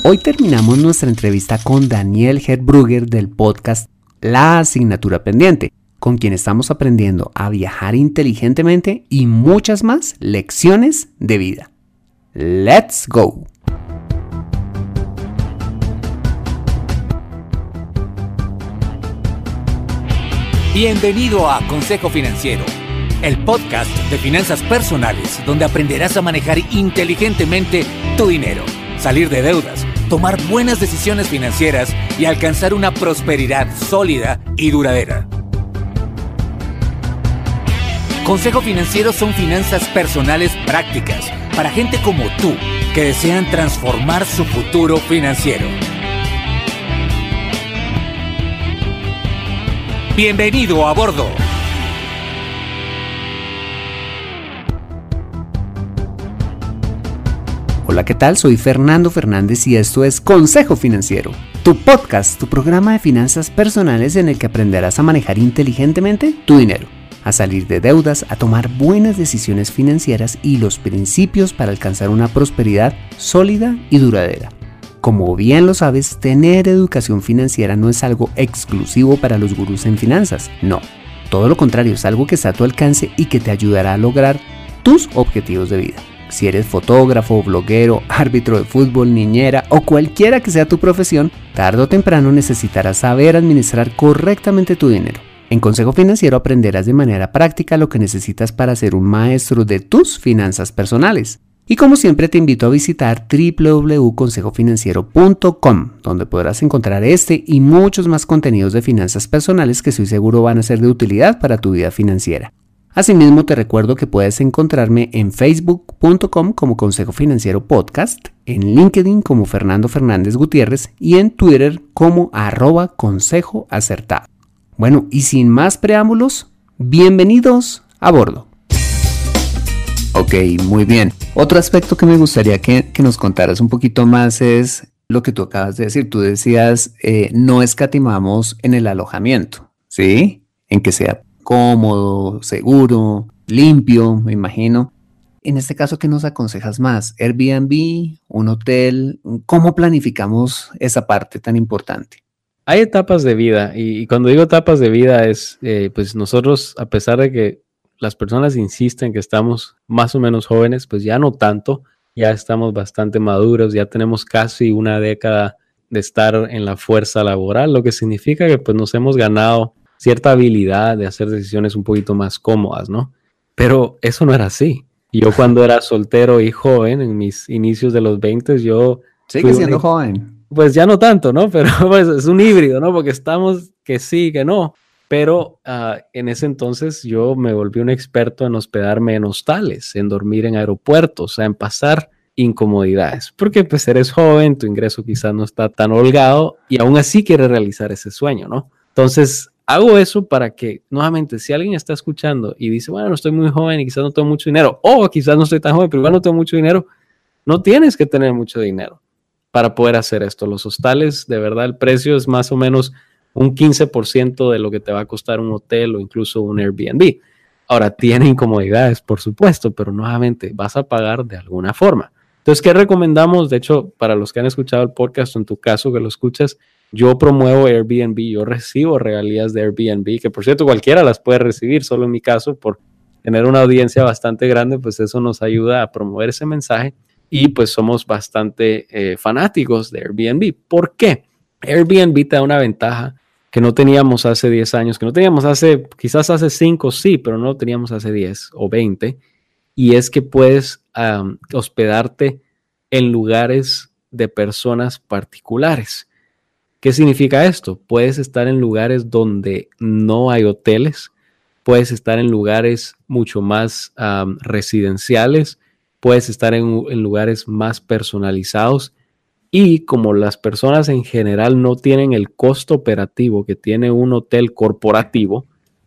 Hoy terminamos nuestra entrevista con Daniel Herbrugger del podcast La Asignatura Pendiente, con quien estamos aprendiendo a viajar inteligentemente y muchas más lecciones de vida. ¡Let's go! Bienvenido a Consejo Financiero, el podcast de finanzas personales donde aprenderás a manejar inteligentemente tu dinero, salir de deudas, tomar buenas decisiones financieras y alcanzar una prosperidad sólida y duradera. Consejo Financiero son finanzas personales prácticas para gente como tú que desean transformar su futuro financiero. ¡Bienvenido a bordo! Hola, ¿qué tal? Soy Fernando Fernández y esto es Consejo Financiero, tu podcast, tu programa de finanzas personales en el que aprenderás a manejar inteligentemente tu dinero, a salir de deudas, a tomar buenas decisiones financieras y los principios para alcanzar una prosperidad sólida y duradera. Como bien lo sabes, tener educación financiera no es algo exclusivo para los gurús en finanzas, no. Todo lo contrario, es algo que está a tu alcance y que te ayudará a lograr tus objetivos de vida. Si eres fotógrafo, bloguero, árbitro de fútbol, niñera o cualquiera que sea tu profesión, tarde o temprano necesitarás saber administrar correctamente tu dinero. En Consejo Financiero aprenderás de manera práctica lo que necesitas para ser un maestro de tus finanzas personales. Y como siempre te invito a visitar www.consejofinanciero.com, donde podrás encontrar este y muchos más contenidos de finanzas personales que estoy seguro van a ser de utilidad para tu vida financiera. Asimismo te recuerdo que puedes encontrarme en facebook.com como Consejo Financiero Podcast, en LinkedIn como Fernando Fernández Gutiérrez y en Twitter como @consejoacertado. Bueno, y sin más preámbulos, bienvenidos a bordo. Ok, muy bien. Otro aspecto que me gustaría que nos contaras un poquito más es lo que tú acabas de decir. Tú decías, no escatimamos en el alojamiento, ¿sí? En que sea cómodo, seguro, limpio, me imagino. En este caso, ¿qué nos aconsejas más? ¿Airbnb? ¿Un hotel? ¿Cómo planificamos esa parte tan importante? Hay etapas de vida y cuando digo etapas de vida es, pues nosotros, a pesar de que las personas insisten que estamos más o menos jóvenes, pues ya no tanto, ya estamos bastante maduros, ya tenemos casi una década de estar en la fuerza laboral, lo que significa que pues nos hemos ganado cierta habilidad de hacer decisiones un poquito más cómodas, ¿no? Pero eso no era así. Yo cuando era soltero y joven, en mis inicios de los 20, yo... Sigue siendo joven. Pues ya no tanto, ¿no? Pero pues es un híbrido, ¿no? Porque estamos que sí, que no. Pero en ese entonces yo me volví un experto en hospedarme en hostales, en dormir en aeropuertos, o sea, en pasar incomodidades. Porque pues eres joven, tu ingreso quizás no está tan holgado y aún así quieres realizar ese sueño, ¿no? Entonces hago eso para que, nuevamente, si alguien está escuchando y dice, bueno, no estoy muy joven y quizás no tengo mucho dinero, o quizás no estoy tan joven, pero igual no tengo mucho dinero, no tienes que tener mucho dinero para poder hacer esto. Los hostales, de verdad, el precio es más o menos un 15% de lo que te va a costar un hotel o incluso un Airbnb. Ahora, tiene incomodidades, por supuesto, pero nuevamente vas a pagar de alguna forma. Entonces, ¿qué recomendamos? De hecho, para los que han escuchado el podcast, o en tu caso que lo escuchas, yo promuevo Airbnb, yo recibo regalías de Airbnb, que por cierto cualquiera las puede recibir, solo en mi caso, por tener una audiencia bastante grande, pues eso nos ayuda a promover ese mensaje y pues somos bastante fanáticos de Airbnb. ¿Por qué? Airbnb te da una ventaja que no teníamos hace 10 años, que no teníamos quizás hace 5 sí, pero no lo teníamos hace 10 o 20, y es que puedes hospedarte en lugares de personas particulares. ¿Qué significa esto? Puedes estar en lugares donde no hay hoteles, puedes estar en lugares mucho más residenciales, puedes estar en lugares más personalizados. Y como las personas en general no tienen el costo operativo que tiene un hotel corporativo,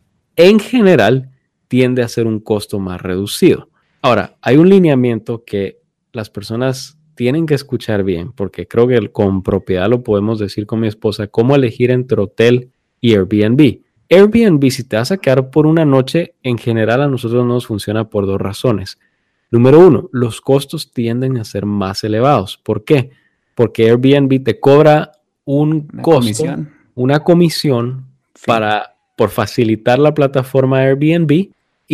en general tiende a ser un costo más reducido. Ahora, hay un lineamiento que las personas tienen que escuchar bien, porque creo que con propiedad lo podemos decir con mi esposa, cómo elegir entre hotel y Airbnb. Airbnb, si te vas a quedar por una noche, en general a nosotros no nos funciona por 2 razones. Número 1, los costos tienden a ser más elevados. ¿Por qué? porque Airbnb te cobra un Una costo, comisión. una comisión Sí. por facilitar la plataforma Airbnb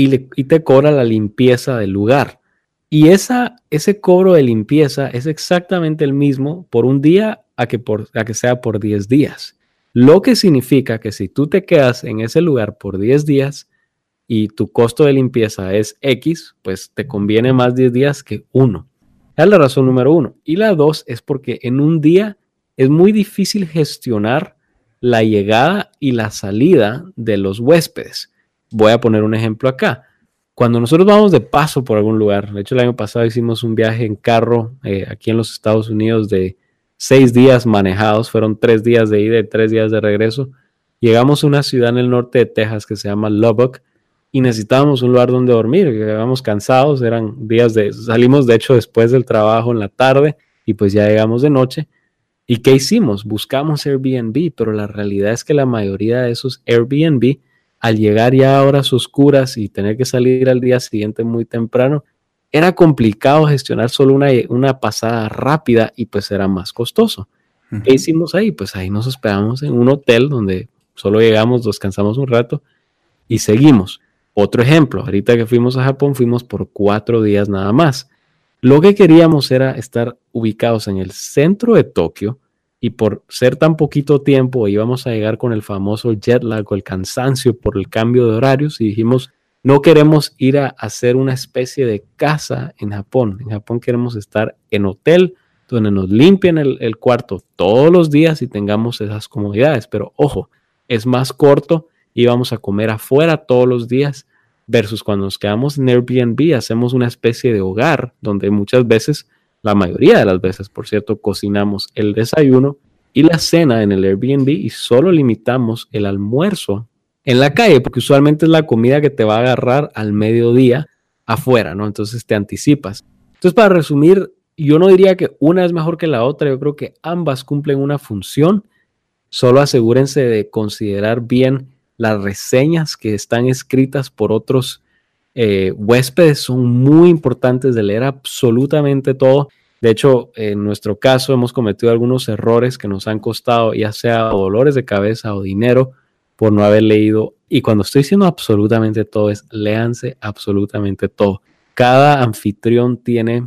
y te cobra la limpieza del lugar. Y ese cobro de limpieza es exactamente el mismo por un día a que sea por 10 días. Lo que significa que si tú te quedas en ese lugar por 10 días y tu costo de limpieza es X, pues te conviene más 10 días que uno. Esa es la razón número uno. Y la dos es porque en un día es muy difícil gestionar la llegada y la salida de los huéspedes. Voy a poner un ejemplo acá. Cuando nosotros vamos de paso por algún lugar, de hecho el año pasado hicimos un viaje en carro aquí en los Estados Unidos de 6 días manejados, fueron 3 días de ida y 3 días de regreso. Llegamos a una ciudad en el norte de Texas que se llama Lubbock y necesitábamos un lugar donde dormir, llegamos cansados, salimos de hecho después del trabajo en la tarde y pues ya llegamos de noche. ¿Y qué hicimos? Buscamos Airbnb, pero la realidad es que la mayoría de esos Airbnb, al llegar ya a horas oscuras y tener que salir al día siguiente muy temprano, era complicado gestionar solo una pasada rápida y pues era más costoso. Uh-huh. ¿Qué hicimos ahí? Pues ahí nos hospedamos en un hotel donde solo llegamos, descansamos un rato y seguimos. Otro ejemplo, ahorita que fuimos a Japón, fuimos por 4 días nada más. Lo que queríamos era estar ubicados en el centro de Tokio y por ser tan poquito tiempo íbamos a llegar con el famoso jet lag o el cansancio por el cambio de horarios y dijimos, no queremos ir a hacer una especie de casa en Japón. En Japón queremos estar en hotel donde nos limpien el cuarto todos los días y tengamos esas comodidades. Pero ojo, es más corto y vamos a comer afuera todos los días versus cuando nos quedamos en Airbnb, hacemos una especie de hogar donde muchas veces, la mayoría de las veces, por cierto, cocinamos el desayuno y la cena en el Airbnb y solo limitamos el almuerzo en la calle, porque usualmente es la comida que te va a agarrar al mediodía afuera, ¿no? Entonces te anticipas. Entonces, para resumir, yo no diría que una es mejor que la otra, yo creo que ambas cumplen una función, solo asegúrense de considerar bien las reseñas que están escritas por otros huéspedes, son muy importantes de leer absolutamente todo. De hecho, en nuestro caso hemos cometido algunos errores que nos han costado ya sea dolores de cabeza o dinero por no haber leído. Y cuando estoy diciendo absolutamente todo, es léanse absolutamente todo. Cada anfitrión tiene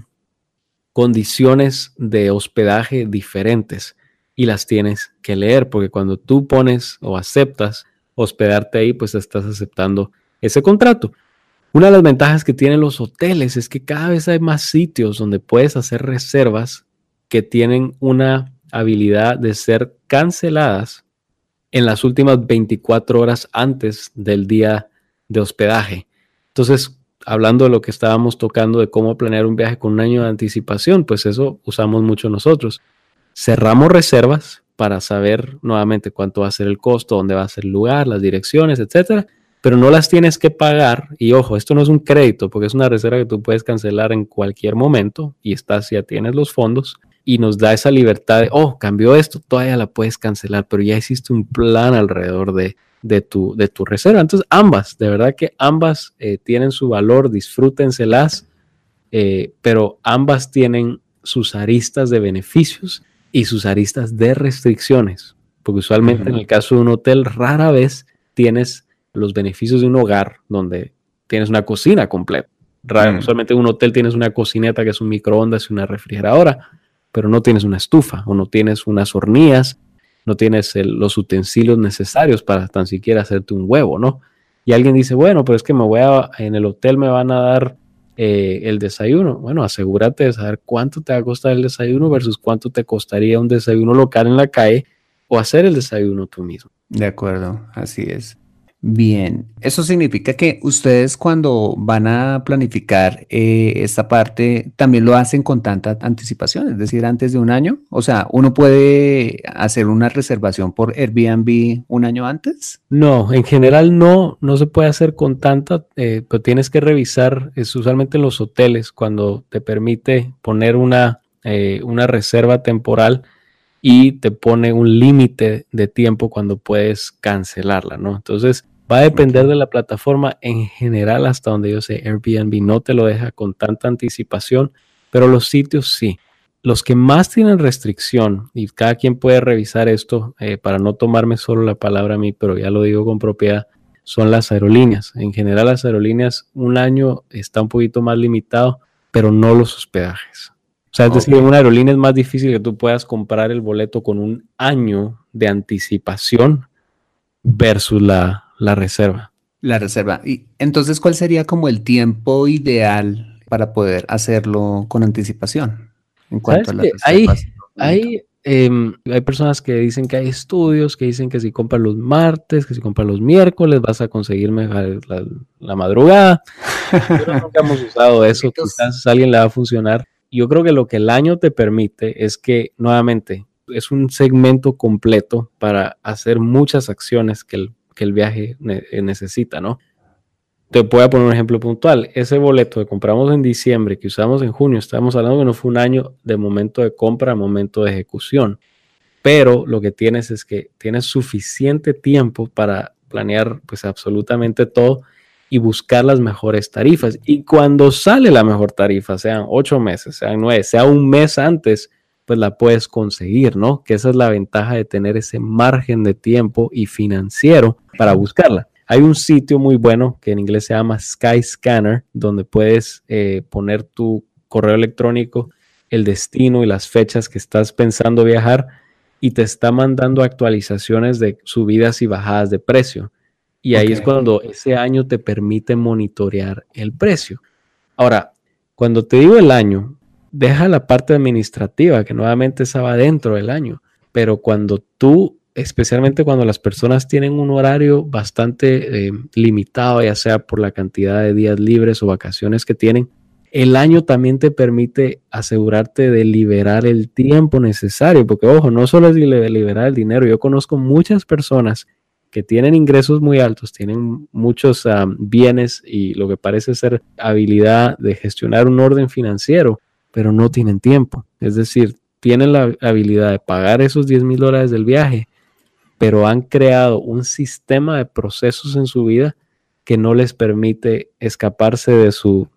condiciones de hospedaje diferentes y las tienes que leer, porque cuando tú pones o aceptas hospedarte ahí, pues estás aceptando ese contrato. Una de las ventajas que tienen los hoteles es que cada vez hay más sitios donde puedes hacer reservas que tienen una habilidad de ser canceladas en las últimas 24 horas antes del día de hospedaje. Entonces, hablando de lo que estábamos tocando de cómo planear un viaje con un año de anticipación, pues eso usamos mucho nosotros. Cerramos reservas para saber nuevamente cuánto va a ser el costo, dónde va a ser el lugar, las direcciones, etcétera, pero no las tienes que pagar. Y ojo, esto no es un crédito porque es una reserva que tú puedes cancelar en cualquier momento y ya tienes los fondos y nos da esa libertad de, cambió esto, todavía la puedes cancelar, pero ya hiciste un plan alrededor de tu reserva. Entonces ambas, de verdad que ambas tienen su valor, disfrútenselas, pero ambas tienen sus aristas de beneficios y sus aristas de restricciones, porque usualmente en el caso de un hotel rara vez tienes los beneficios de un hogar donde tienes una cocina completa. Usualmente en un hotel tienes una cocineta que es un microondas y una refrigeradora, pero no tienes una estufa o no tienes unas hornillas, no tienes los utensilios necesarios para tan siquiera hacerte un huevo, ¿no? Y alguien dice, bueno, pero es que en el hotel me van a dar el desayuno. Bueno, asegúrate de saber cuánto te va a costar el desayuno versus cuánto te costaría un desayuno local en la calle o hacer el desayuno tú mismo. De acuerdo, así es. Bien, eso significa que ustedes cuando van a planificar esta parte también lo hacen con tanta anticipación, es decir, antes de un año. O sea, ¿uno puede hacer una reservación por Airbnb un año antes? No, en general no se puede hacer con tanta, pero tienes que revisar, es usualmente en los hoteles cuando te permite poner una reserva temporal y te pone un límite de tiempo cuando puedes cancelarla, ¿no? Entonces, va a depender de la plataforma. En general, hasta donde yo sé, Airbnb no te lo deja con tanta anticipación, pero los sitios sí. los que más tienen restricción, y cada quien puede revisar esto para no tomarme solo la palabra a mí, pero ya lo digo con propiedad, son las aerolíneas. En general, las aerolíneas, un año está un poquito más limitado, pero no los hospedajes. O sea, es decir, en una aerolínea es más difícil que tú puedas comprar el boleto con un año de anticipación versus la reserva. La reserva. Y entonces, ¿cuál sería como el tiempo ideal para poder hacerlo con anticipación en cuanto a las reservas? Hay personas que dicen que hay estudios que dicen que si compras los martes, que si compras los miércoles vas a conseguir mejor la madrugada. Nosotros nunca hemos usado eso, quizás a alguien le va a funcionar. Yo creo que lo que el año te permite es que, nuevamente, es un segmento completo para hacer muchas acciones que el viaje necesita, ¿no? Te voy a poner un ejemplo puntual. Ese boleto que compramos en diciembre, que usamos en junio, estamos hablando que no fue un año de momento de compra a momento de ejecución. Pero lo que tienes es que tienes suficiente tiempo para planear pues absolutamente todo y buscar las mejores tarifas. Y cuando sale la mejor tarifa, sean 8 meses, sean 9, sea un mes antes, pues la puedes conseguir, ¿no? Que esa es la ventaja de tener ese margen de tiempo y financiero para buscarla. Hay un sitio muy bueno que en inglés se llama Skyscanner, donde puedes poner tu correo electrónico, el destino y las fechas que estás pensando viajar y te está mandando actualizaciones de subidas y bajadas de precio. Y ahí es cuando ese año te permite monitorear el precio. Ahora, cuando te digo el año, deja la parte administrativa, que nuevamente esa va dentro del año. Pero cuando tú, especialmente cuando las personas tienen un horario bastante limitado, ya sea por la cantidad de días libres o vacaciones que tienen, el año también te permite asegurarte de liberar el tiempo necesario. Porque, ojo, no solo es liberar el dinero. Yo conozco muchas personas que tienen ingresos muy altos, tienen muchos bienes y lo que parece ser habilidad de gestionar un orden financiero, pero no tienen tiempo. Es decir, tienen la habilidad de pagar esos $10,000 del viaje, pero han creado un sistema de procesos en su vida que no les permite escaparse de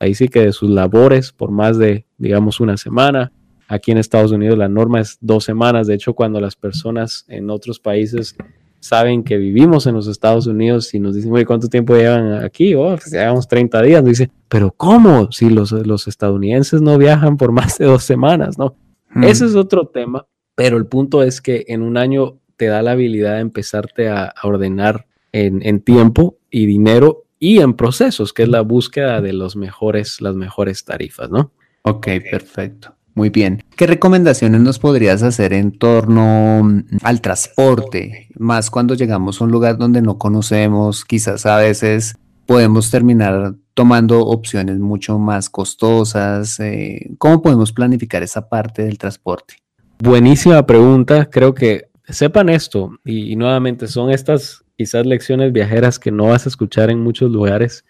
de sus labores por más de, digamos, una semana. Aquí en Estados Unidos la norma es 2 semanas. De hecho, cuando las personas en otros países saben que vivimos en los Estados Unidos y nos dicen, oye, ¿cuánto tiempo llevan aquí? Oh, pues llevamos 30 días. Nos dicen, ¿pero cómo? Si los estadounidenses no viajan por más de 2 semanas, ¿no? Ese es otro tema, pero el punto es que en un año te da la habilidad de empezarte a ordenar en tiempo y dinero y en procesos, que es la búsqueda de las mejores tarifas, ¿no? Ok, perfecto. Muy bien. ¿Qué recomendaciones nos podrías hacer en torno al transporte? Más cuando llegamos a un lugar donde no conocemos, quizás a veces podemos terminar tomando opciones mucho más costosas. ¿Cómo podemos planificar esa parte del transporte? Buenísima pregunta. Creo que sepan esto y nuevamente son estas quizás lecciones viajeras que no vas a escuchar en muchos lugares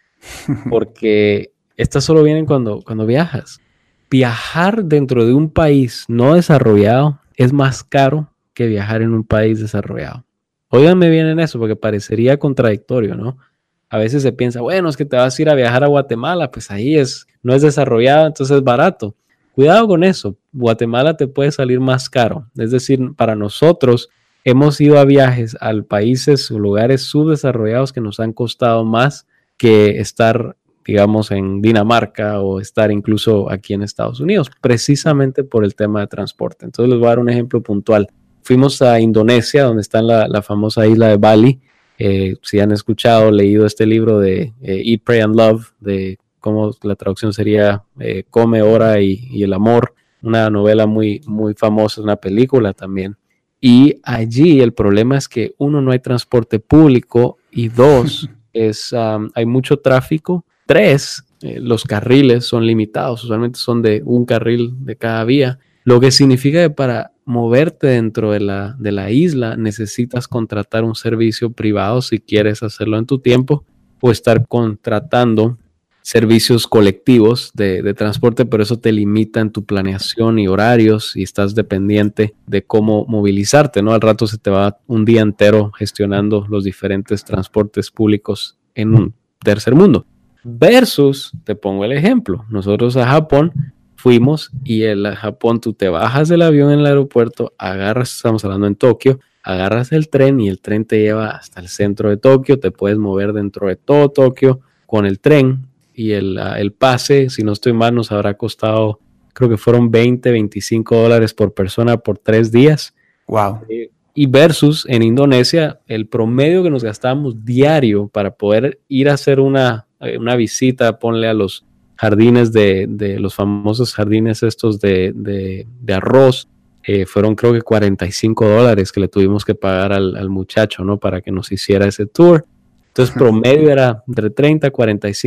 porque estas solo vienen cuando viajas. Viajar dentro de un país no desarrollado es más caro que viajar en un país desarrollado. Óiganme bien en eso porque parecería contradictorio, ¿no? A veces se piensa, bueno, es que te vas a ir a viajar a Guatemala, pues ahí no es desarrollado, entonces es barato. Cuidado con eso, Guatemala te puede salir más caro. Es decir, para nosotros hemos ido a viajes a países o lugares subdesarrollados que nos han costado más que estar, digamos, en Dinamarca o estar incluso aquí en Estados Unidos, precisamente por el tema de transporte. Entonces les voy a dar un ejemplo puntual. Fuimos a Indonesia, donde está la famosa isla de Bali. Si han escuchado, leído este libro de Eat, Pray and Love, de cómo la traducción sería Come, Ora y el Amor, una novela muy, muy famosa, una película también. Y allí el problema es que 1, no hay transporte público y 2, hay mucho tráfico. 3, los carriles son limitados, usualmente son de un carril de cada vía, lo que significa que para moverte dentro de la isla necesitas contratar un servicio privado si quieres hacerlo en tu tiempo o estar contratando servicios colectivos de transporte, pero eso te limita en tu planeación y horarios y estás dependiente de cómo movilizarte, ¿no? Al rato se te va un día entero gestionando los diferentes transportes públicos en un tercer mundo. Versus, te pongo el ejemplo, nosotros a Japón fuimos y en Japón tú te bajas del avión en el aeropuerto, estamos hablando en Tokio, agarras el tren y el tren te lleva hasta el centro de Tokio, te puedes mover dentro de todo Tokio con el tren y el pase, si no estoy mal, nos habrá costado, creo que fueron $25 por persona por 3 días. Wow. Y versus en Indonesia, el promedio que nos gastamos diario para poder ir a hacer una visita, ponle a los jardines de los famosos jardines estos de arroz, fueron creo que $45 que le tuvimos que pagar al muchacho, ¿no? Para que nos hiciera ese tour. Entonces promedio era entre $30 a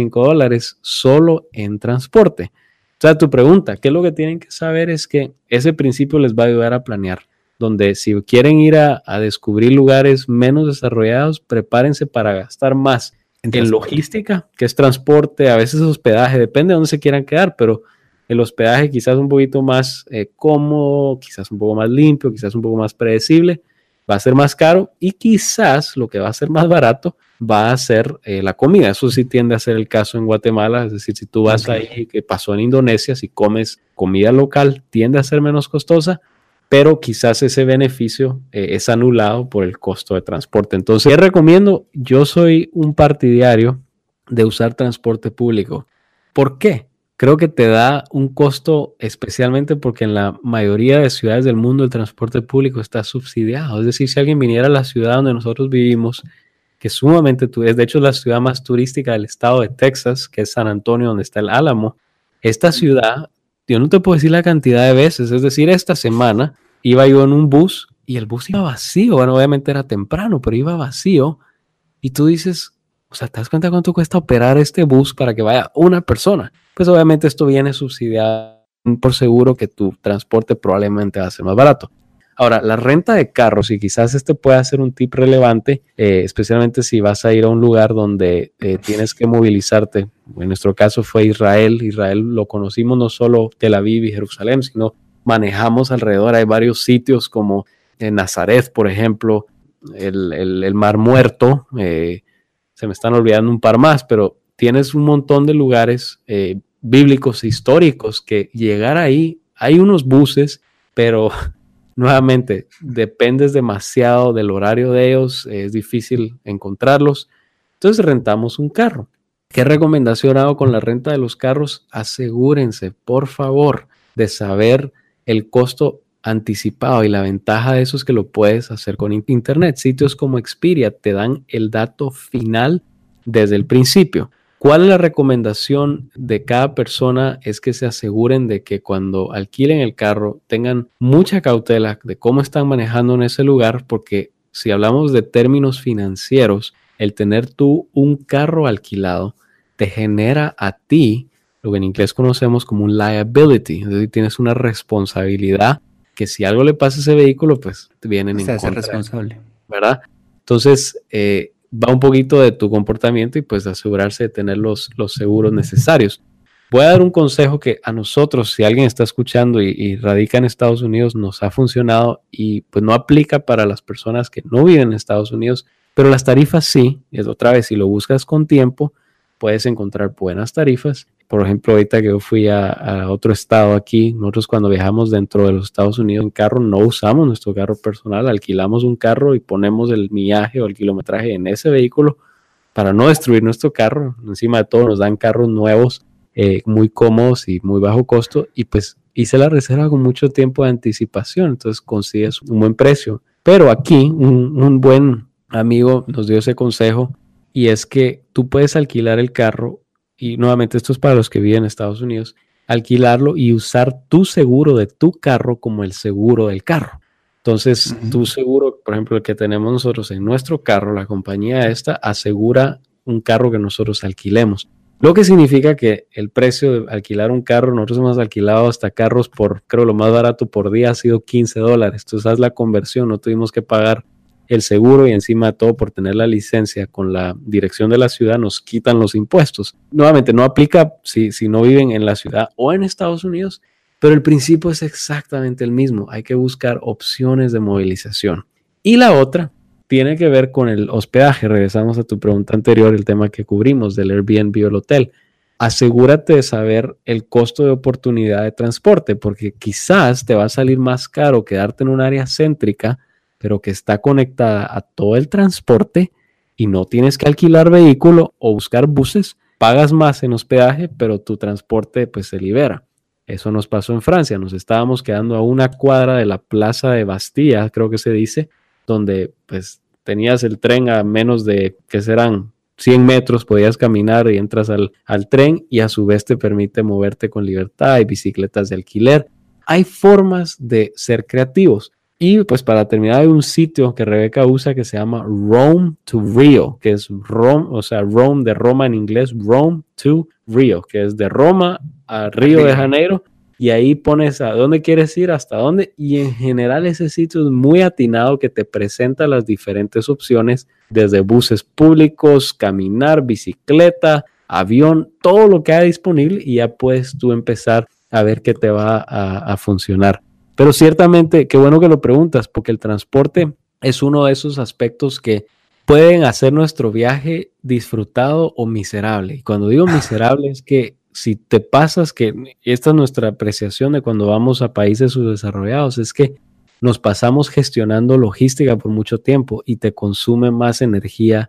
$45 solo en transporte. O sea, tu pregunta, ¿qué es lo que tienen que saber? Es que ese principio les va a ayudar a planear, donde si quieren ir a descubrir lugares menos desarrollados, prepárense para gastar más en logística, que es transporte, a veces hospedaje, depende de dónde se quieran quedar, pero el hospedaje quizás un poquito más cómodo, quizás un poco más limpio, quizás un poco más predecible, va a ser más caro, y quizás lo que va a ser más barato va a ser la comida. Eso sí tiende a ser el caso en Guatemala, es decir, si tú vas ahí, que pasó en Indonesia, si comes comida local, tiende a ser menos costosa, pero quizás ese beneficio es anulado por el costo de transporte. Entonces, ¿qué recomiendo? Yo soy un partidario de usar transporte público. ¿Por qué? Creo que te da un costo, especialmente porque en la mayoría de ciudades del mundo el transporte público está subsidiado. Es decir, si alguien viniera a la ciudad donde nosotros vivimos, que es sumamente, de hecho es la ciudad más turística del estado de Texas, que es San Antonio, donde está el Álamo. Esta ciudad, yo no te puedo decir la cantidad de veces, es decir, esta semana iba yo en un bus y el bus iba vacío. Bueno, obviamente era temprano, pero iba vacío. Y tú dices, o sea, ¿te das cuenta cuánto cuesta operar este bus para que vaya una persona? Pues obviamente esto viene subsidiado por seguro que tu transporte probablemente va a ser más barato. Ahora, la renta de carros, y quizás este pueda ser un tip relevante, especialmente si vas a ir a un lugar donde tienes que movilizarte. En nuestro caso fue Israel. Israel lo conocimos no solo Tel Aviv y Jerusalén, sino manejamos alrededor. Hay varios sitios como en Nazaret, por ejemplo, el Mar Muerto. Se me están olvidando un par más, pero tienes un montón de lugares bíblicos, históricos, que llegar ahí, hay unos buses, pero nuevamente, dependes demasiado del horario de ellos, es difícil encontrarlos. Entonces rentamos un carro. ¿Qué recomendación hago con la renta de los carros? Asegúrense, por favor, de saber el costo anticipado, y la ventaja de eso es que lo puedes hacer con internet. Sitios como Expedia te dan el dato final desde el principio. ¿Cuál es la recomendación de cada persona? Es que se aseguren de que cuando alquilen el carro tengan mucha cautela de cómo están manejando en ese lugar, porque si hablamos de términos financieros, el tener tú un carro alquilado te genera a ti lo que en inglés conocemos como un liability, es decir, tienes una responsabilidad que si algo le pasa a ese vehículo, pues te vienen en contra, responsable, ¿verdad? Entonces, va un poquito de tu comportamiento y pues de asegurarse de tener los seguros necesarios. Voy a dar un consejo que a nosotros, si alguien está escuchando y radica en Estados Unidos, nos ha funcionado y pues no aplica para las personas que no viven en Estados Unidos, pero las tarifas sí. Es otra vez, si lo buscas con tiempo, puedes encontrar buenas tarifas. Por ejemplo, ahorita que yo fui a otro estado aquí, nosotros cuando viajamos dentro de los Estados Unidos en carro, no usamos nuestro carro personal, alquilamos un carro y ponemos el millaje o el kilometraje en ese vehículo para no destruir nuestro carro. Encima de todo nos dan carros nuevos, muy cómodos y muy bajo costo, y pues hice la reserva con mucho tiempo de anticipación, entonces consigues un buen precio. Pero aquí un buen amigo nos dio ese consejo, y es que tú puedes alquilar el carro. Y nuevamente esto es para los que viven en Estados Unidos, alquilarlo y usar tu seguro de tu carro como el seguro del carro. Entonces, tu seguro, por ejemplo, el que tenemos nosotros en nuestro carro, la compañía esta asegura un carro que nosotros alquilemos. Lo que significa que el precio de alquilar un carro, nosotros hemos alquilado hasta carros por, creo lo más barato por día ha sido $15. Entonces, haz la conversión, no tuvimos que pagar el seguro y encima de todo por tener la licencia con la dirección de la ciudad nos quitan los impuestos. Nuevamente no aplica si no viven en la ciudad o en Estados Unidos, pero el principio es exactamente el mismo. Hay que buscar opciones de movilización. Y la otra tiene que ver con el hospedaje. Regresamos a tu pregunta anterior, el tema que cubrimos del Airbnb o el hotel. asegúrate de saber el costo de oportunidad de transporte, porque quizás te va a salir más caro quedarte en un área céntrica, pero que está conectada a todo el transporte y no tienes que alquilar vehículo o buscar buses, pagas más en hospedaje, pero tu transporte pues se libera. Eso nos pasó en Francia, nos estábamos quedando a una cuadra de la plaza de Bastilla, creo que se dice, donde pues tenías el tren a menos de, que serán 100 metros, podías caminar y entras al tren y a su vez te permite moverte con libertad, hay bicicletas de alquiler, hay formas de ser creativos. Y pues para terminar hay un sitio que Rebeca usa que se llama Rome to Rio, que es Rome, o sea, Rome de Roma en inglés, Rome to Rio, que es de Roma a Río de Janeiro, y ahí pones a dónde quieres ir, hasta dónde, y en general ese sitio es muy atinado que te presenta las diferentes opciones, desde buses públicos, caminar, bicicleta, avión, todo lo que hay disponible, y ya puedes tú empezar a ver qué te va a funcionar. Pero ciertamente, qué bueno que lo preguntas, porque el transporte es uno de esos aspectos que pueden hacer nuestro viaje disfrutado o miserable. Y cuando digo miserable es que si te pasas, que esta es nuestra apreciación de cuando vamos a países subdesarrollados, es que nos pasamos gestionando logística por mucho tiempo y te consume más energía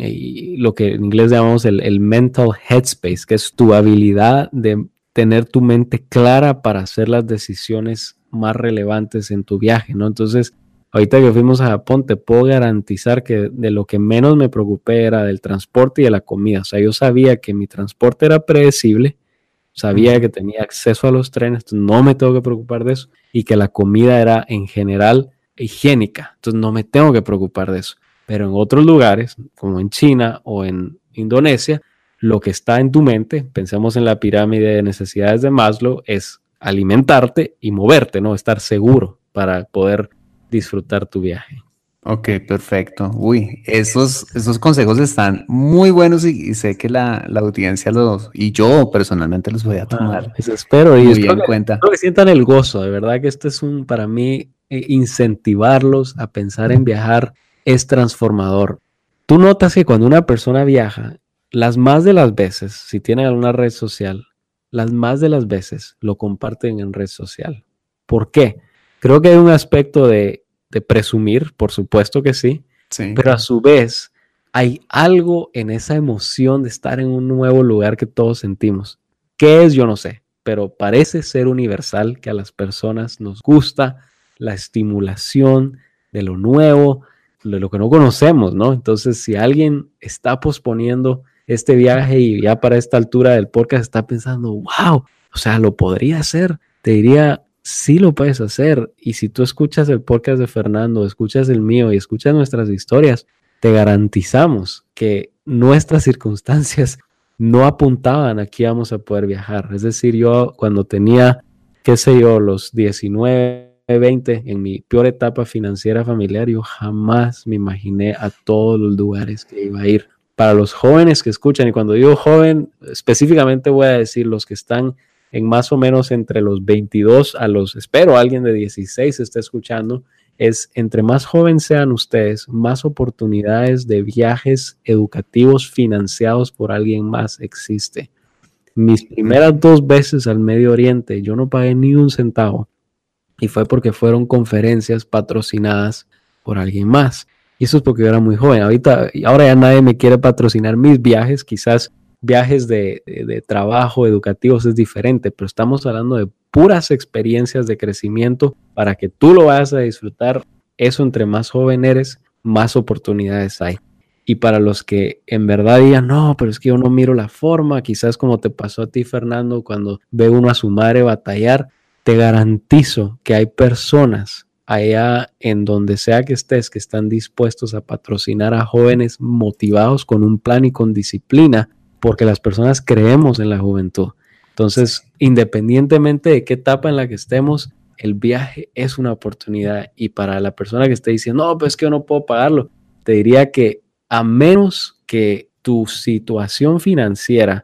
y lo que en inglés llamamos el mental headspace, que es tu habilidad de tener tu mente clara para hacer las decisiones más relevantes en tu viaje, ¿no? Entonces, ahorita que fuimos a Japón, te puedo garantizar que de lo que menos me preocupé era del transporte y de la comida. O sea, yo sabía que mi transporte era predecible, sabía que tenía acceso a los trenes, entonces no me tengo que preocupar de eso, y que la comida era en general higiénica, entonces no me tengo que preocupar de eso. Pero en otros lugares, como en China o en Indonesia, lo que está en tu mente, pensemos en la pirámide de necesidades de Maslow, es alimentarte y moverte, ¿no? Estar seguro para poder disfrutar tu viaje. Ok, perfecto. Uy, esos consejos están muy buenos y sé que la audiencia y yo personalmente los voy a tomar Eso espero y muy en cuenta. Espero que sientan el gozo, de verdad que esto es para mí, incentivarlos a pensar en viajar es transformador. Tú notas que cuando una persona viaja, las más de las veces, si tienen alguna red social, las más de las veces lo comparten en red social. ¿Por qué? Creo que hay un aspecto de presumir, por supuesto que sí, pero a su vez hay algo en esa emoción de estar en un nuevo lugar que todos sentimos. ¿Qué es? Yo no sé, pero parece ser universal que a las personas nos gusta la estimulación de lo nuevo, de lo que no conocemos, ¿no? Entonces, si alguien está posponiendo este viaje y ya para esta altura del podcast está pensando, wow, o sea, lo podría hacer, te diría, sí lo puedes hacer. Y si tú escuchas el podcast de Fernando, escuchas el mío y escuchas nuestras historias, te garantizamos que nuestras circunstancias no apuntaban a que íbamos a poder viajar. Es decir, yo cuando tenía, qué sé yo, los 19, 20, en mi peor etapa financiera familiar, yo jamás me imaginé a todos los lugares que iba a ir. Para los jóvenes que escuchan, y cuando digo joven, específicamente voy a decir los que están en más o menos entre los 22 a los, espero alguien de 16 esté escuchando, es entre más joven sean ustedes, más oportunidades de viajes educativos financiados por alguien más existe. Mis primeras 2 veces al Medio Oriente, yo no pagué ni un centavo y fue porque fueron conferencias patrocinadas por alguien más. Y eso es porque yo era muy joven. Ahora ya nadie me quiere patrocinar mis viajes, quizás viajes de trabajo, educativos es diferente, pero estamos hablando de puras experiencias de crecimiento para que tú lo vayas a disfrutar. Eso entre más joven eres, más oportunidades hay. Y para los que en verdad digan, no, pero es que yo no miro la forma, quizás como te pasó a ti, Fernando, cuando ve uno a su madre batallar, te garantizo que hay personas allá en donde sea que estés que están dispuestos a patrocinar a jóvenes motivados con un plan y con disciplina, porque las personas creemos en la juventud. Entonces, independientemente de qué etapa en la que estemos, el viaje es una oportunidad. Y para la persona que esté diciendo, no, pues es que yo no puedo pagarlo, te diría que a menos que tu situación financiera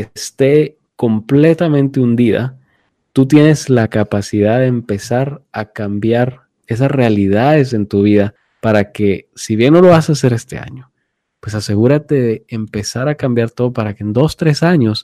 esté completamente hundida, tú tienes la capacidad de empezar a cambiar esas realidades en tu vida para que, si bien no lo vas a hacer este año, pues asegúrate de empezar a cambiar todo para que en 2, 3 años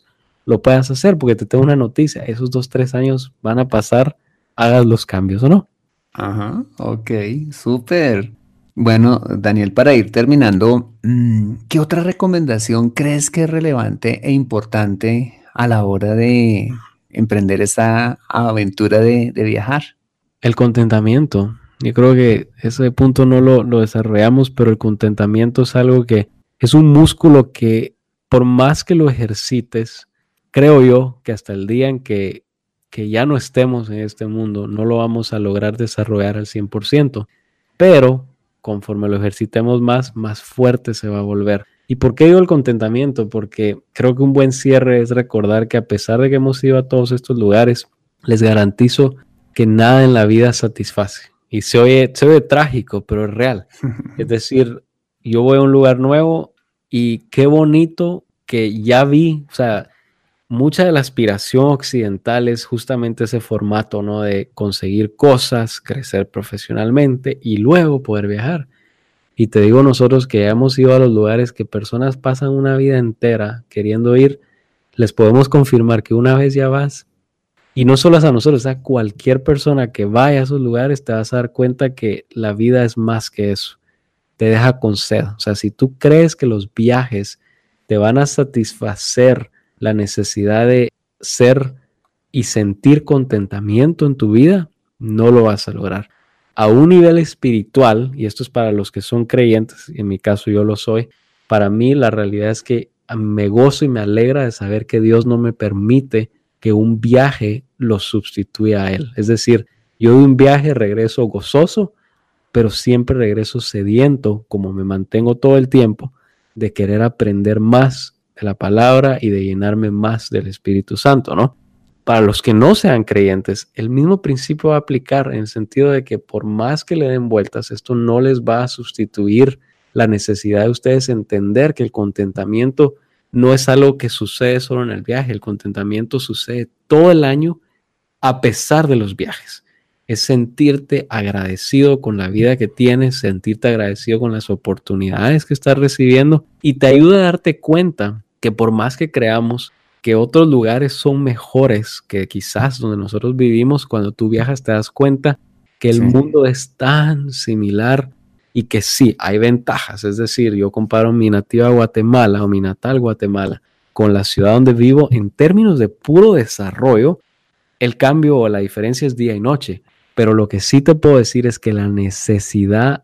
lo puedas hacer, porque te tengo una noticia, esos 2, 3 años van a pasar, hagas los cambios o no. Ajá, ok, súper. Bueno, Daniel, para ir terminando, ¿qué otra recomendación crees que es relevante e importante a la hora de emprender esta aventura de viajar? El contentamiento. Yo creo que ese punto no lo desarrollamos, pero el contentamiento es algo que es un músculo que por más que lo ejercites, creo yo que hasta el día en que ya no estemos en este mundo, no lo vamos a lograr desarrollar al 100%, pero conforme lo ejercitemos más fuerte se va a volver. ¿Y por qué digo el contentamiento? Porque creo que un buen cierre es recordar que a pesar de que hemos ido a todos estos lugares, les garantizo que nada en la vida satisface. Y se oye trágico, pero es real. Es decir, yo voy a un lugar nuevo y qué bonito que ya vi, o sea, mucha de la aspiración occidental es justamente ese formato, ¿no? De conseguir cosas, crecer profesionalmente y luego poder viajar. Y te digo nosotros que ya hemos ido a los lugares que personas pasan una vida entera queriendo ir, les podemos confirmar que una vez ya vas, y no solo es a nosotros, a cualquier persona que vaya a esos lugares, te vas a dar cuenta que la vida es más que eso. Te deja con sed. O sea, si tú crees que los viajes te van a satisfacer la necesidad de ser y sentir contentamiento en tu vida, no lo vas a lograr. A un nivel espiritual, y esto es para los que son creyentes, en mi caso yo lo soy, para mí la realidad es que me gozo y me alegra de saber que Dios no me permite que un viaje lo sustituya a Él. Es decir, yo de un viaje regreso gozoso, pero siempre regreso sediento, como me mantengo todo el tiempo, de querer aprender más de la palabra y de llenarme más del Espíritu Santo, ¿no? Para los que no sean creyentes, el mismo principio va a aplicar en el sentido de que por más que le den vueltas, esto no les va a sustituir la necesidad de ustedes entender que el contentamiento no es algo que sucede solo en el viaje. El contentamiento sucede todo el año a pesar de los viajes. Es sentirte agradecido con la vida que tienes, sentirte agradecido con las oportunidades que estás recibiendo y te ayuda a darte cuenta que por más que creamos que otros lugares son mejores que quizás donde nosotros vivimos, cuando tú viajas te das cuenta que el mundo es tan similar y que sí, hay ventajas. Es decir, yo comparo mi nativa Guatemala o mi natal Guatemala con la ciudad donde vivo en términos de puro desarrollo. El cambio o la diferencia es día y noche, pero lo que sí te puedo decir es que la necesidad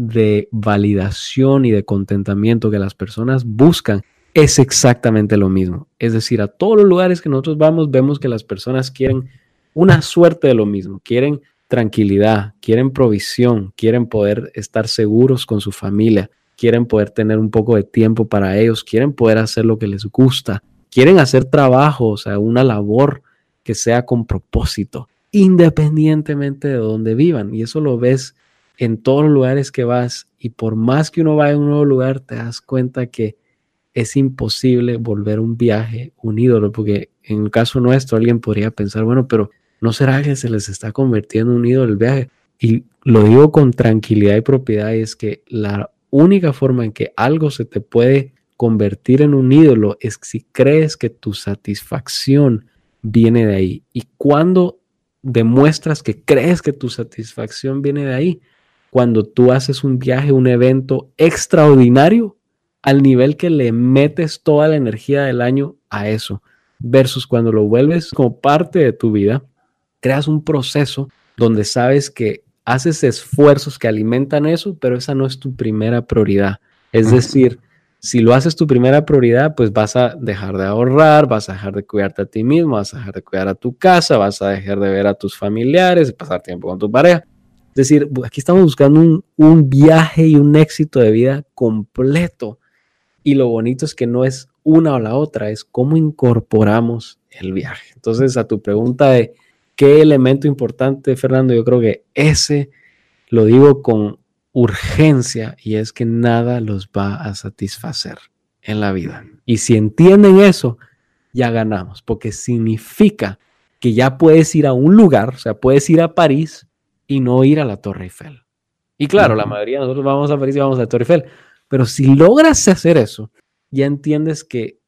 de validación y de contentamiento que las personas buscan es exactamente lo mismo. Es decir, a todos los lugares que nosotros vamos, vemos que las personas quieren una suerte de lo mismo, quieren tranquilidad, quieren provisión, quieren poder estar seguros con su familia, quieren poder tener un poco de tiempo para ellos, quieren poder hacer lo que les gusta, quieren hacer trabajo, o sea, una labor que sea con propósito, independientemente de dónde vivan. Y eso lo ves en todos los lugares que vas. Y por más que uno vaya a un nuevo lugar, te das cuenta que es imposible volver un viaje un ídolo, porque en el caso nuestro alguien podría pensar, bueno, pero ¿no será que se les está convirtiendo en un ídolo el viaje? Y lo digo con tranquilidad y propiedad, y es que la única forma en que algo se te puede convertir en un ídolo es si crees que tu satisfacción viene de ahí. Y cuando demuestras que crees que tu satisfacción viene de ahí, cuando tú haces un viaje, un evento extraordinario, al nivel que le metes toda la energía del año a eso, versus cuando lo vuelves como parte de tu vida, creas un proceso donde sabes que haces esfuerzos que alimentan eso, pero esa no es tu primera prioridad. Es decir, si lo haces tu primera prioridad, pues vas a dejar de ahorrar, vas a dejar de cuidarte a ti mismo, vas a dejar de cuidar a tu casa, vas a dejar de ver a tus familiares, de pasar tiempo con tu pareja. Es decir, aquí estamos buscando un viaje y un éxito de vida completo. Y lo bonito es que no es una o la otra, es cómo incorporamos el viaje. Entonces, a tu pregunta de qué elemento importante, Fernando, yo creo que ese lo digo con urgencia, y es que nada los va a satisfacer en la vida. Y si entienden eso, ya ganamos, porque significa que ya puedes ir a un lugar, o sea, puedes ir a París y no ir a la Torre Eiffel. Y claro, la mayoría de nosotros vamos a París y vamos a la Torre Eiffel, pero si logras hacer eso, ya entiendes que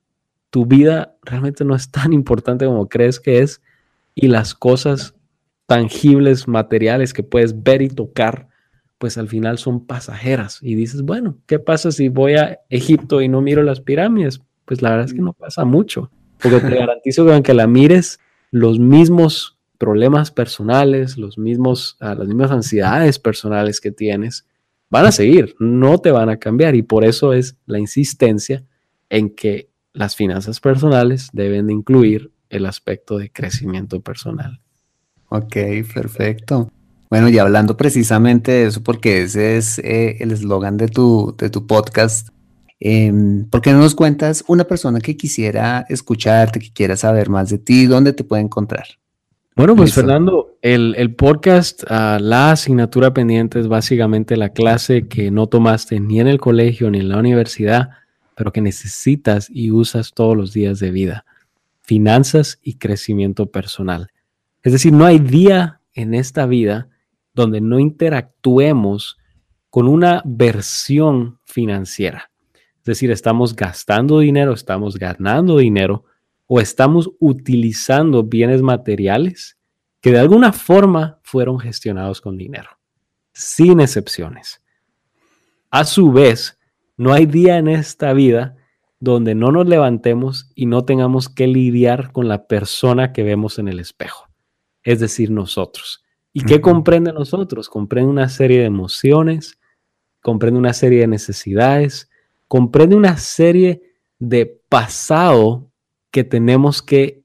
tu vida realmente no es tan importante como crees que es, y las cosas tangibles, materiales que puedes ver y tocar, pues al final son pasajeras. Y dices, bueno, ¿qué pasa si voy a Egipto y no miro las pirámides? Pues la verdad es que no pasa mucho, porque te garantizo que aunque la mires, los mismos problemas personales, las mismas ansiedades personales que tienes, van a seguir, no te van a cambiar. Y por eso es la insistencia en que las finanzas personales deben de incluir el aspecto de crecimiento personal. Ok, perfecto. Bueno, y hablando precisamente de eso, porque ese es el eslogan de tu podcast, ¿por qué no nos cuentas una persona que quisiera escucharte, que quiera saber más de ti, dónde te puede encontrar? Bueno, pues Listo. Fernando, el podcast, la asignatura pendiente es básicamente la clase que no tomaste ni en el colegio ni en la universidad, pero que necesitas y usas todos los días de vida. Finanzas y crecimiento personal. Es decir, no hay día en esta vida donde no interactuemos con una versión financiera. Es decir, estamos gastando dinero, estamos ganando dinero o estamos utilizando bienes materiales que de alguna forma fueron gestionados con dinero, sin excepciones. A su vez, no hay día en esta vida donde no nos levantemos y no tengamos que lidiar con la persona que vemos en el espejo, es decir, nosotros. ¿Y qué comprende nosotros? Comprende una serie de emociones, comprende una serie de necesidades, comprende una serie de pasado que tenemos que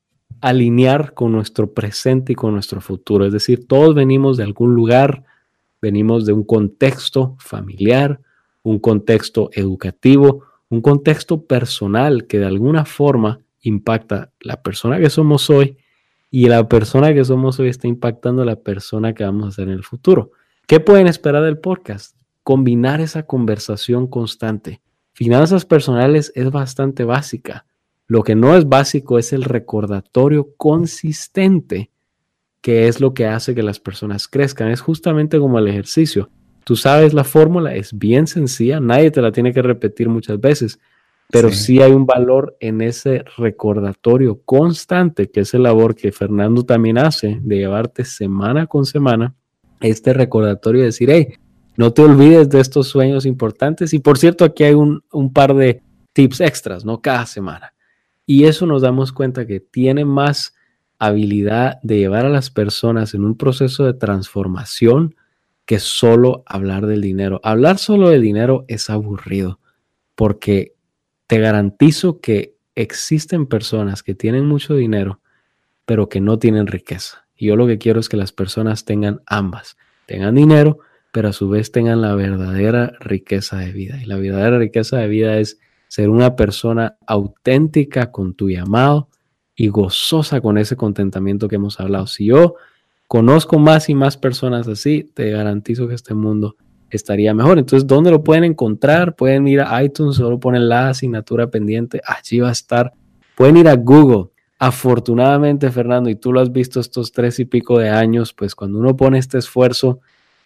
alinear con nuestro presente y con nuestro futuro. Es decir, todos venimos de algún lugar, venimos de un contexto familiar, un contexto educativo, un contexto personal que de alguna forma impacta la persona que somos hoy, y la persona que somos hoy está impactando a la persona que vamos a ser en el futuro. ¿Qué pueden esperar del podcast? Combinar esa conversación constante. Finanzas personales es bastante básica. Lo que no es básico es el recordatorio consistente, que es lo que hace que las personas crezcan. Es justamente como el ejercicio. Tú sabes la fórmula, es bien sencilla, nadie te la tiene que repetir muchas veces, pero sí hay un valor en ese recordatorio constante, que es el labor que Fernando también hace, de llevarte semana con semana este recordatorio y decir, hey, no te olvides de estos sueños importantes. Y por cierto, aquí hay un par de tips extras, ¿no? Cada semana. Y eso nos damos cuenta que tiene más habilidad de llevar a las personas en un proceso de transformación que solo hablar del dinero. Hablar solo del dinero es aburrido, porque te garantizo que existen personas que tienen mucho dinero, pero que no tienen riqueza. Y yo lo que quiero es que las personas tengan ambas. Tengan dinero, pero a su vez tengan la verdadera riqueza de vida. Y la verdadera riqueza de vida es ser una persona auténtica con tu llamado y gozosa con ese contentamiento que hemos hablado. Si yo conozco más y más personas así, te garantizo que este mundo estaría mejor. Entonces, ¿dónde lo pueden encontrar? Pueden ir a iTunes, solo ponen la asignatura pendiente, allí va a estar. Pueden ir a Google. Afortunadamente, Fernando, y tú lo has visto estos 3 y pico de años, pues cuando uno pone este esfuerzo,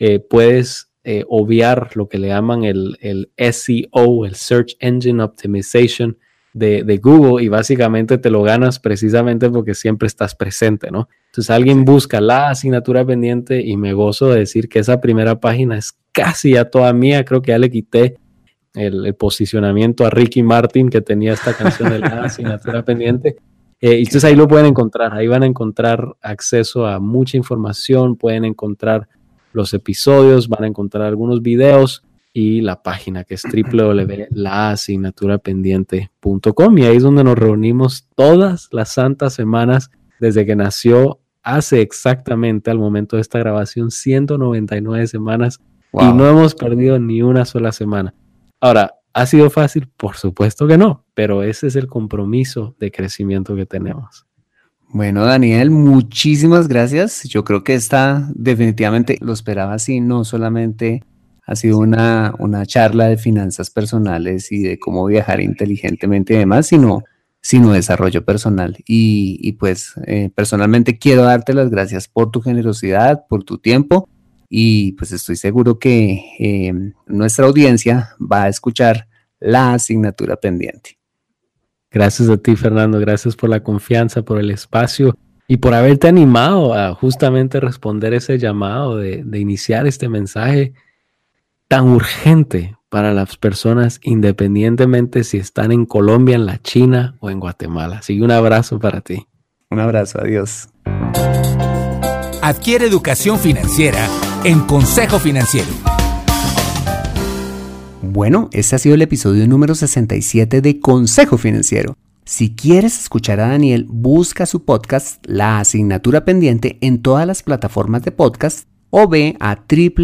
puedes obviar lo que le llaman el SEO, el Search Engine Optimization de Google, y básicamente te lo ganas precisamente porque siempre estás presente, ¿no? Entonces alguien busca la asignatura pendiente y me gozo de decir que esa primera página es casi ya toda mía. Creo que ya le quité el posicionamiento a Ricky Martin, que tenía esta canción de la asignatura pendiente. Y entonces ahí lo pueden encontrar, ahí van a encontrar acceso a mucha información, pueden encontrar los episodios, van a encontrar algunos videos y la página, que es www.laasignaturapendente.com, y ahí es donde nos reunimos todas las santas semanas desde que nació, hace exactamente al momento de esta grabación 199 semanas. Wow. Y no hemos perdido ni una sola semana. Ahora, ¿ha sido fácil? Por supuesto que no, pero ese es el compromiso de crecimiento que tenemos. Bueno, Daniel, muchísimas gracias. Yo creo que esta definitivamente lo esperaba así, no solamente ha sido una charla de finanzas personales y de cómo viajar inteligentemente y demás, sino desarrollo personal. Y pues personalmente quiero darte las gracias por tu generosidad, por tu tiempo, y pues estoy seguro que nuestra audiencia va a escuchar la asignatura pendiente. Gracias a ti, Fernando. Gracias por la confianza, por el espacio y por haberte animado a justamente responder ese llamado de iniciar este mensaje tan urgente para las personas, independientemente si están en Colombia, en la China o en Guatemala. Así que un abrazo para ti. Un abrazo, adiós. Adquiere educación financiera en Consejo Financiero. Bueno, este ha sido el episodio número 67 de Consejo Financiero. Si quieres escuchar a Daniel, busca su podcast La Asignatura Pendiente en todas las plataformas de podcast o ve a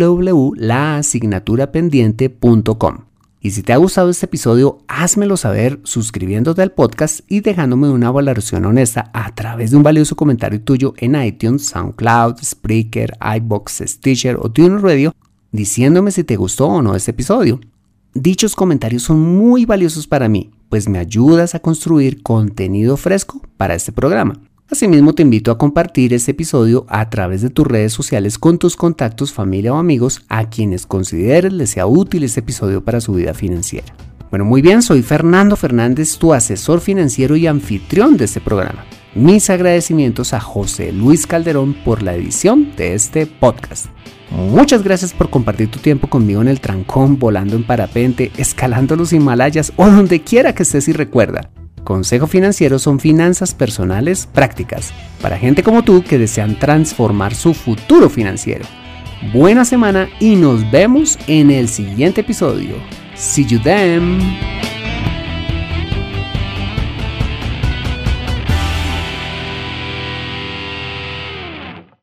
www.laasignaturapendente.com. Y si te ha gustado este episodio, házmelo saber suscribiéndote al podcast y dejándome una valoración honesta a través de un valioso comentario tuyo en iTunes, SoundCloud, Spreaker, iVoox, Stitcher o TuneIn Radio, diciéndome si te gustó o no este episodio. Dichos comentarios son muy valiosos para mí, pues me ayudas a construir contenido fresco para este programa. Asimismo, te invito a compartir este episodio a través de tus redes sociales con tus contactos, familia o amigos a quienes consideres les sea útil este episodio para su vida financiera. Bueno, muy bien, soy Fernando Fernández, tu asesor financiero y anfitrión de este programa. Mis agradecimientos a José Luis Calderón por la edición de este podcast. Muchas gracias por compartir tu tiempo conmigo en el trancón, volando en parapente, escalando los Himalayas o donde quiera que estés y recuerda. Consejo Financiero son finanzas personales prácticas para gente como tú que desean transformar su futuro financiero. Buena semana y nos vemos en el siguiente episodio. See you then.